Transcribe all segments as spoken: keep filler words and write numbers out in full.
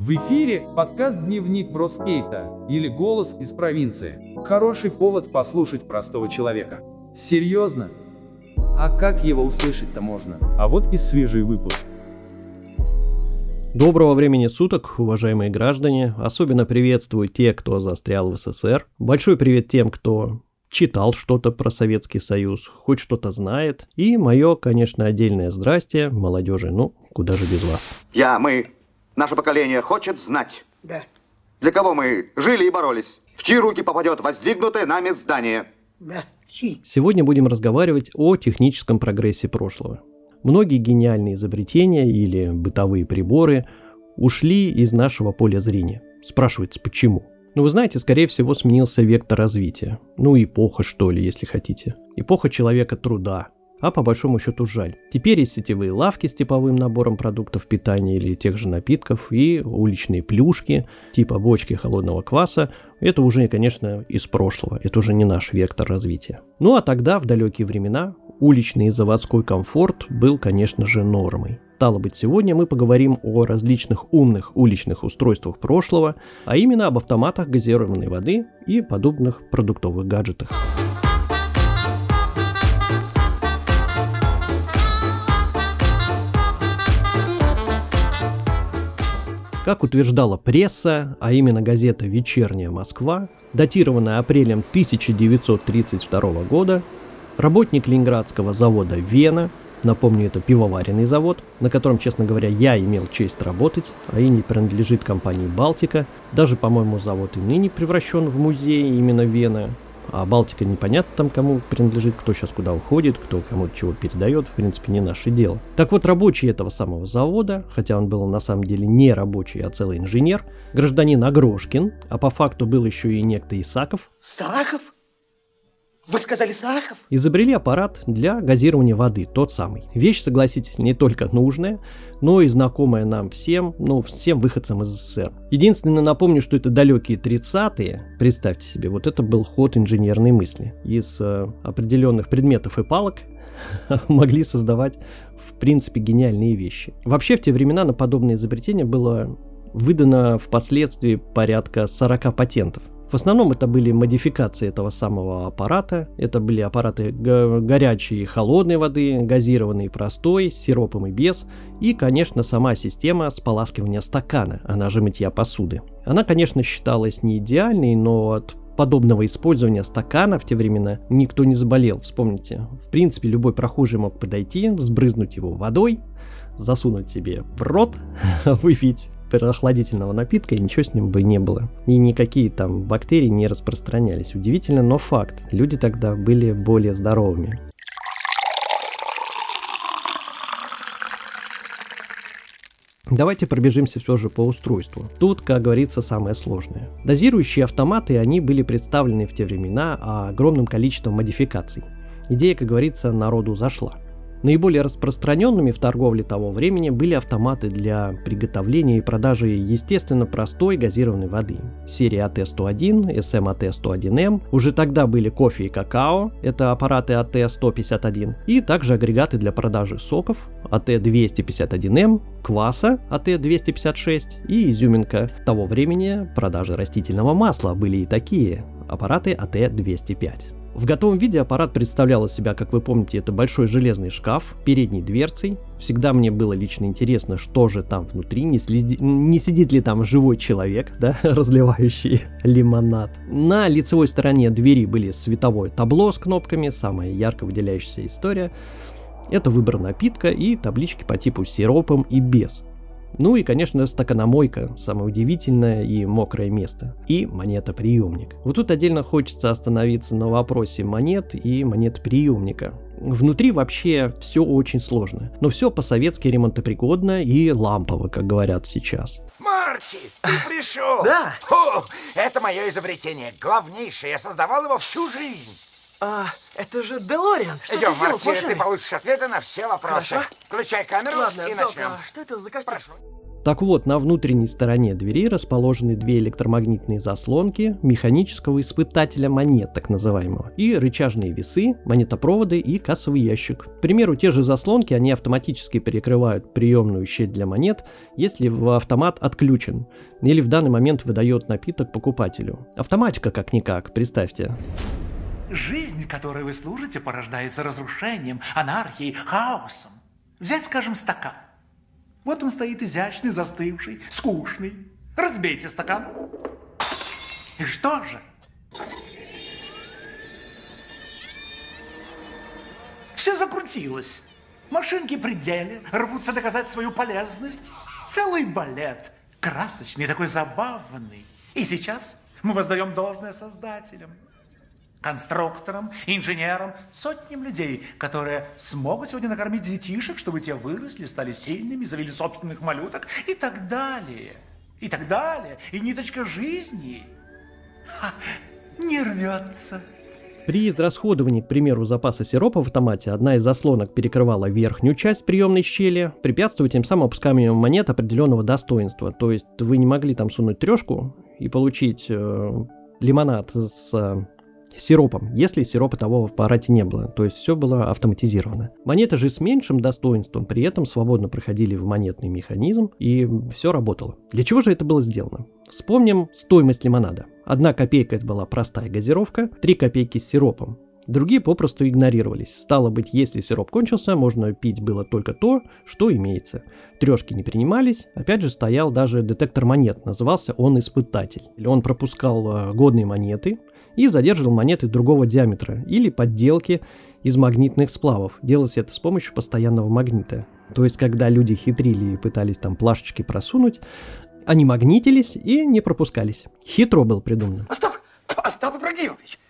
В эфире подкаст «Дневник Броскейта» или «Голос из провинции». Хороший повод послушать простого человека. Серьезно? А как его услышать-то можно? А вот и свежий выпуск. Доброго времени суток, уважаемые граждане. Особенно приветствую тех, кто застрял в СССР. Большой привет тем, кто читал что-то про Советский Союз, хоть что-то знает. И мое, конечно, отдельное здрасте молодежи. Ну, куда же без вас. Я, мы, наше поколение хочет знать. Да. Для кого мы жили и боролись? В чьи руки попадет воздвигнутое нами здание? Да. Чьи? Сегодня будем разговаривать о техническом прогрессе прошлого. Многие гениальные изобретения или бытовые приборы ушли из нашего поля зрения. Спрашивается, почему? Ну, вы знаете, скорее всего, сменился вектор развития. Ну, эпоха, что ли, если хотите. Эпоха человека труда. А по большому счету жаль. Теперь и сетевые лавки с типовым набором продуктов питания или тех же напитков, и уличные плюшки, типа бочки холодного кваса, это уже, конечно, из прошлого. Это уже не наш вектор развития. Ну, а тогда, в далекие времена, уличный и заводской комфорт был, конечно же, нормой. Стало быть, сегодня мы поговорим о различных умных уличных устройствах прошлого, а именно об автоматах газированной воды и подобных продуктовых гаджетах. Как утверждала пресса, а именно газета «Вечерняя Москва», датированная апрелем тысяча девятьсот тридцать второго года, работник ленинградского завода «Вена», напомню, это пивоваренный завод, на котором, честно говоря, я имел честь работать, а и не принадлежит компании «Балтика», даже, по-моему, завод и ныне превращен в музей именно «Вена», а «Балтика» непонятно там кому принадлежит, кто сейчас куда уходит, кто кому чего передает, в принципе, не наше дело. Так вот, рабочий этого самого завода, хотя он был на самом деле не рабочий, а целый инженер, гражданин Агрошкин, а по факту был еще и некто Исаков. Сахов? Вы сказали Сахов? Изобрели аппарат для газирования воды, тот самый. Вещь, согласитесь, не только нужная, но и знакомая нам всем, ну, всем выходцам из СССР. Единственное, напомню, что это далекие тридцатые, представьте себе, вот это был ход инженерной мысли. Из э, определенных предметов и палок могли создавать, в принципе, гениальные вещи. Вообще, в те времена на подобные изобретения было выдано впоследствии порядка сорока патентов. В основном это были модификации этого самого аппарата. Это были аппараты го- горячей и холодной воды, газированной и простой, с сиропом и без. И, конечно, сама система споласкивания стакана, она же мытья посуды. Она, конечно, считалась не идеальной, но от подобного использования стакана в те времена никто не заболел. Вспомните, в принципе, любой прохожий мог подойти, взбрызнуть его водой, засунуть себе в рот, выпить прохладительного напитка, и ничего с ним бы не было. И никакие там бактерии не распространялись. Удивительно, но факт. Люди тогда были более здоровыми. Давайте пробежимся все же по устройству. Тут, как говорится, самое сложное. Дозирующие автоматы, они были представлены в те времена огромным количеством модификаций. Идея, как говорится, народу зашла. Наиболее распространенными в торговле того времени были автоматы для приготовления и продажи естественно простой газированной воды. Серии эй ти сто один, эс эм эй ти сто один эм, уже тогда были кофе и какао, это аппараты эй ти сто пятьдесят один, и также агрегаты для продажи соков эй ти двести пятьдесят один эм, кваса эй ти двести пятьдесят шесть и изюминка того времени продажи растительного масла были и такие аппараты эй ти двести пять. В готовом виде аппарат представлял из себя, как вы помните, это большой железный шкаф, передней дверцей. Всегда мне было лично интересно, что же там внутри, не, следи... не сидит ли там живой человек, да, разливающий лимонад. На лицевой стороне двери были световое табло с кнопками, самая ярко выделяющаяся история. Это выбор напитка и таблички по типу с сиропом и без. Ну и, конечно, стаканомойка, самое удивительное и мокрое место. И монетоприемник. Вот тут отдельно хочется остановиться на вопросе монет и монетоприемника. Внутри вообще все очень сложно, но все по-советски ремонтопригодно и лампово, как говорят сейчас. Марти, ты пришел? Да. О, это мое изобретение, главнейшее, я создавал его всю жизнь. А, это же Делориан. Что Идем, ты сделал с Марти, ты машиной? получишь ответы на все вопросы. Хорошо. Включай камеру Ладно, и Док, начнем. а что это за костюм? Прошу. Так вот, на внутренней стороне двери расположены две электромагнитные заслонки механического испытателя монет, так называемого, и рычажные весы, монетопроводы и кассовый ящик. К примеру, те же заслонки, они автоматически перекрывают приемную щель для монет, если автомат отключен или в данный момент выдает напиток покупателю. Автоматика как-никак, представьте. Жизнь, которой вы служите, порождается разрушением, анархией, хаосом. Взять, скажем, стакан. Вот он стоит изящный, застывший, скучный. Разбейте стакан. И что же? Все закрутилось. Машинки при деле рвутся доказать свою полезность. Целый балет. Красочный, такой забавный. И сейчас мы воздаем должное создателям, конструкторам, инженерам, сотням людей, которые смогут сегодня накормить детишек, чтобы те выросли, стали сильными, завели собственных малюток и так далее. И так далее. И ниточка жизни ха, не рвется. При израсходовании, к примеру, запаса сиропа в автомате одна из заслонок перекрывала верхнюю часть приемной щели, препятствуя тем самым опусканию монет определенного достоинства. То есть вы не могли там сунуть трешку и получить э, лимонад с э, сиропом, если сиропа того в аппарате не было. То есть все было автоматизировано. Монеты же с меньшим достоинством при этом свободно проходили в монетный механизм, и все работало. Для чего же это было сделано? Вспомним стоимость лимонада. Одна копейка это была простая газировка, три копейки с сиропом. Другие попросту игнорировались. Стало быть, если сироп кончился, можно пить было только то, что имеется. Трешки не принимались, опять же стоял даже детектор монет, назывался он испытатель. Он пропускал годные монеты и задерживал монеты другого диаметра или подделки из магнитных сплавов. Делалось это с помощью постоянного магнита. То есть, когда люди хитрили и пытались там плашечки просунуть, они магнитились и не пропускались. Хитро был придумано. Остап, Остап Ибрагимович,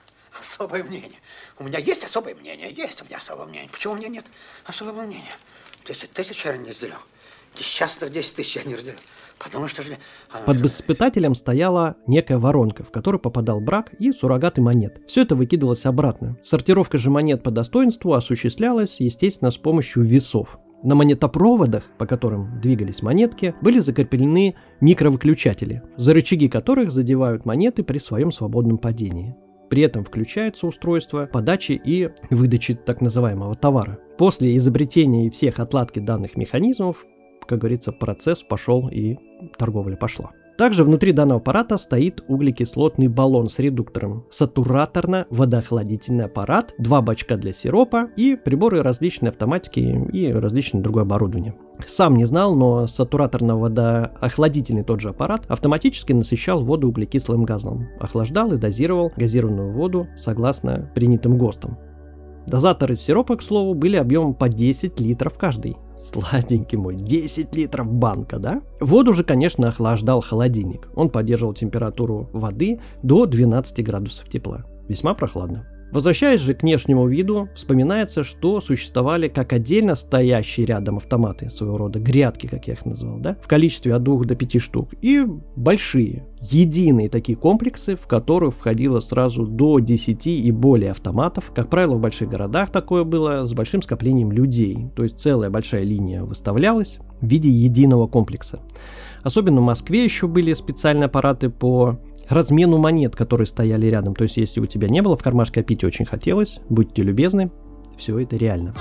особое мнение. У меня есть особое мнение, есть у меня особое мнение. Почему у меня нет особого мнения? Десять тысяч я не разделю. Несчастных десять тысяч я не разделю. Потому что же... Под испытателем стояла некая воронка, в которую попадал брак и суррогаты монет. Все это выкидывалось обратно. Сортировка же монет по достоинству осуществлялась, естественно, с помощью весов. На монетопроводах, по которым двигались монетки, были закреплены микровыключатели, за рычаги которых задевают монеты при своем свободном падении. При этом включается устройство подачи и выдачи так называемого товара. После изобретения всех отладки данных механизмов, как говорится, процесс пошел и торговля пошла. Также внутри данного аппарата стоит углекислотный баллон с редуктором, сатураторно-водоохладительный аппарат, два бачка для сиропа и приборы различной автоматики и различное другое оборудование. Сам не знал, но сатураторно-водоохладительный тот же аппарат автоматически насыщал воду углекислым газом, охлаждал и дозировал газированную воду согласно принятым ГОСТам. Дозаторы сиропа, к слову, были объемом по десять литров каждый. Сладенький мой, десять литров банка, да? Воду же, конечно, охлаждал холодильник. Он поддерживал температуру воды до двенадцати градусов тепла. Весьма прохладно. Возвращаясь же к внешнему виду, вспоминается, что существовали как отдельно стоящие рядом автоматы, своего рода грядки, как я их назвал, да, в количестве от двух до пяти штук, и большие, единые такие комплексы, в которые входило сразу до десяти и более автоматов. Как правило, в больших городах такое было с большим скоплением людей, то есть целая большая линия выставлялась в виде единого комплекса. Особенно в Москве еще были специальные аппараты по размену монет, которые стояли рядом. То есть, если у тебя не было в кармашке, а пить очень хотелось, будьте любезны, все это реально.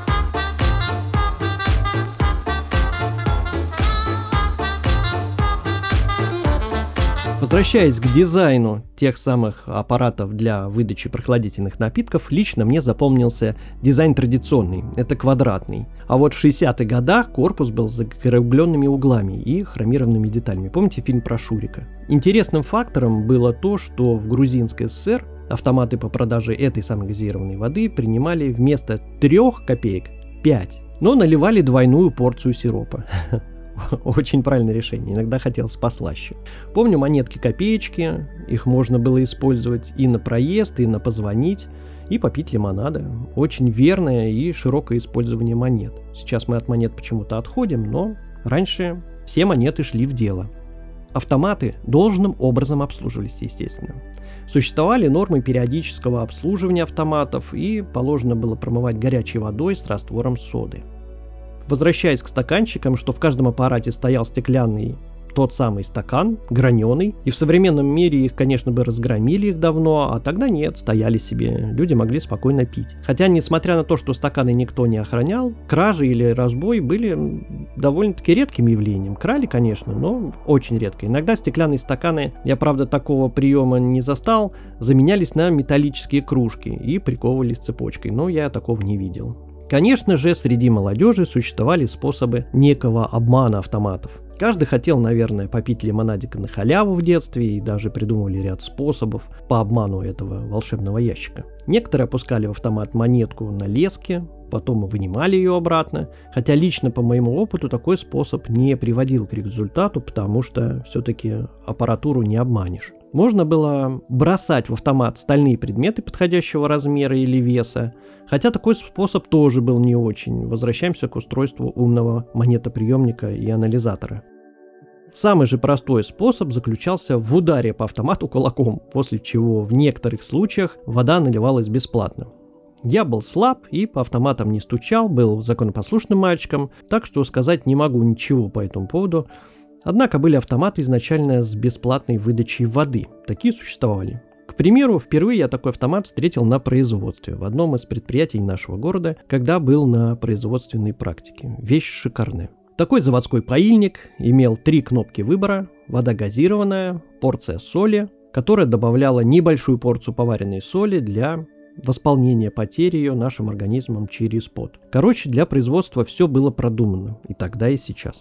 Возвращаясь к дизайну тех самых аппаратов для выдачи прохладительных напитков, лично мне запомнился дизайн традиционный, это квадратный. А вот в шестидесятых годах корпус был с закругленными углами и хромированными деталями. Помните фильм про Шурика? Интересным фактором было то, что в Грузинской ССР автоматы по продаже этой самой газированной воды принимали вместо трех копеек пять, но наливали двойную порцию сиропа. Очень правильное решение, иногда хотелось послаще. Помню монетки-копеечки, их можно было использовать и на проезд, и на позвонить, и попить лимонада. Очень верное и широкое использование монет. Сейчас мы от монет почему-то отходим, но раньше все монеты шли в дело. Автоматы должным образом обслуживались, естественно. Существовали нормы периодического обслуживания автоматов, и положено было промывать горячей водой с раствором соды. Возвращаясь к стаканчикам, что в каждом аппарате стоял стеклянный тот самый стакан, граненый, и в современном мире их, конечно, бы разгромили их давно, а тогда нет, стояли себе, люди могли спокойно пить. Хотя, несмотря на то, что стаканы никто не охранял, кражи или разбой были довольно-таки редким явлением. Крали, конечно, но очень редко. Иногда стеклянные стаканы, я, правда, такого приема не застал, заменялись на металлические кружки и приковывались цепочкой, но я такого не видел. Конечно же, среди молодежи существовали способы некого обмана автоматов. Каждый хотел, наверное, попить лимонадика на халяву в детстве и даже придумывали ряд способов по обману этого волшебного ящика. Некоторые опускали в автомат монетку на леске, потом вынимали ее обратно, хотя лично по моему опыту такой способ не приводил к результату, потому что все-таки аппаратуру не обманешь. Можно было бросать в автомат стальные предметы подходящего размера или веса, хотя такой способ тоже был не очень. Возвращаемся к устройству умного монетоприемника и анализатора. Самый же простой способ заключался в ударе по автомату кулаком, после чего в некоторых случаях вода наливалась бесплатно. Я был слаб и по автоматам не стучал, был законопослушным мальчиком, так что сказать не могу ничего по этому поводу. Однако были автоматы изначально с бесплатной выдачей воды. Такие существовали. К примеру, впервые я такой автомат встретил на производстве в одном из предприятий нашего города, когда был на производственной практике. Вещь шикарная. Такой заводской поильник имел три кнопки выбора: вода газированная, порция соли, которая добавляла небольшую порцию поваренной соли для восполнения потери ее нашим организмом через пот. Короче, для производства все было продумано, и тогда, и сейчас.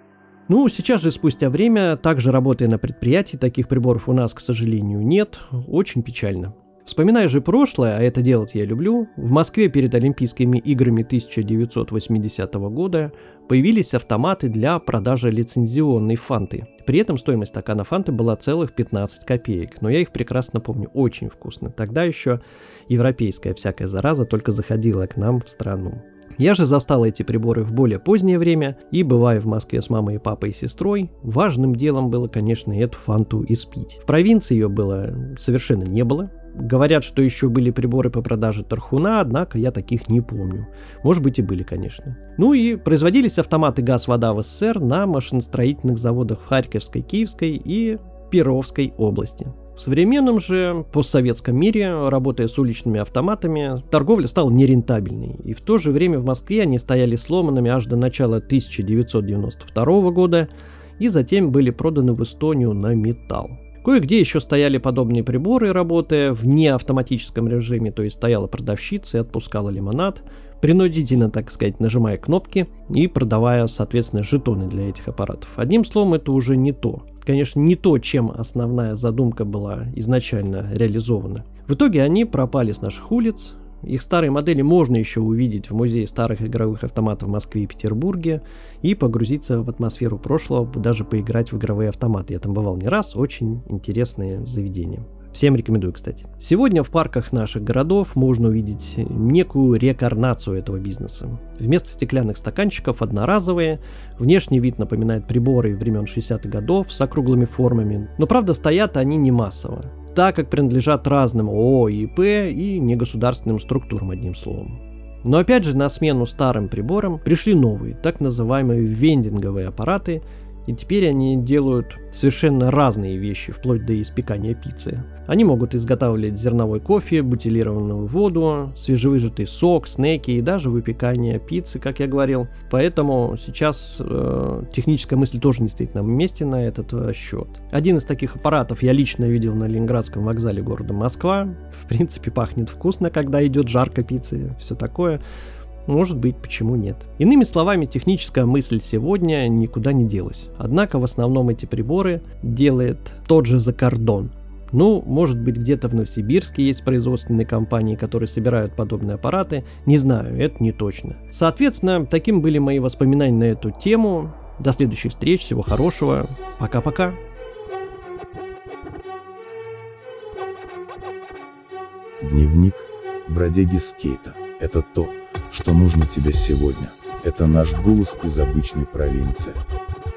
Ну, сейчас же, спустя время, также работая на предприятии, таких приборов у нас, к сожалению, нет. Очень печально. Вспоминая же прошлое, а это делать я люблю, в Москве перед Олимпийскими играми тысяча девятьсот восьмидесятого года появились автоматы для продажи лицензионной фанты. При этом стоимость стакана фанты была целых пятнадцать копеек, но я их прекрасно помню, очень вкусно. Тогда еще европейская всякая зараза только заходила к нам в страну. Я же застал эти приборы в более позднее время, и, бывая в Москве с мамой, папой и сестрой, важным делом было, конечно, эту фанту испить. В провинции ее было совершенно не было. Говорят, что еще были приборы по продаже тархуна, однако я таких не помню. Может быть и были, конечно. Ну и производились автоматы газ-вода в СССР на машиностроительных заводах в Харьковской, Киевской и Перовской области. В современном же постсоветском мире, работая с уличными автоматами, торговля стала нерентабельной, и в то же время в Москве они стояли сломанными аж до начала тысяча девятьсот девяносто второго года и затем были проданы в Эстонию на металл. Кое-где еще стояли подобные приборы, работая в неавтоматическом режиме, то есть стояла продавщица и отпускала лимонад, принудительно, так сказать, нажимая кнопки и продавая, соответственно, жетоны для этих аппаратов. Одним словом, это уже не то. Конечно, не то, чем основная задумка была изначально реализована. В итоге они пропали с наших улиц. Их старые модели можно еще увидеть в музее старых игровых автоматов в Москве и Петербурге и погрузиться в атмосферу прошлого, даже поиграть в игровые автоматы. Я там бывал не раз, очень интересные заведения. Всем рекомендую, кстати. Сегодня в парках наших городов можно увидеть некую реинкарнацию этого бизнеса. Вместо стеклянных стаканчиков одноразовые, внешний вид напоминает приборы времен шестидесятых годов с округлыми формами, но правда стоят они не массово, так как принадлежат разным ООО и ИП и негосударственным структурам, одним словом. Но опять же на смену старым приборам пришли новые, так называемые вендинговые аппараты, и теперь они делают совершенно разные вещи, вплоть до испекания пиццы. Они могут изготавливать зерновой кофе, бутилированную воду, свежевыжатый сок, снеки и даже выпекание пиццы, как я говорил. Поэтому сейчас э, техническая мысль тоже не стоит на месте на этот э, счет. Один из таких аппаратов я лично видел на Ленинградском вокзале города Москва. В принципе, пахнет вкусно, когда идет жарко пиццы, все такое. Может быть, почему нет. Иными словами, техническая мысль сегодня никуда не делась. Однако в основном эти приборы делает тот же Закордон. Ну, может быть, где-то в Новосибирске есть производственные компании, которые собирают подобные аппараты. Не знаю, это не точно. Соответственно, таким были мои воспоминания на эту тему. До следующих встреч, всего хорошего. Пока-пока. Дневник бродяги скейта. Это то, что нужно тебе сегодня. Это наш голос из обычной провинции.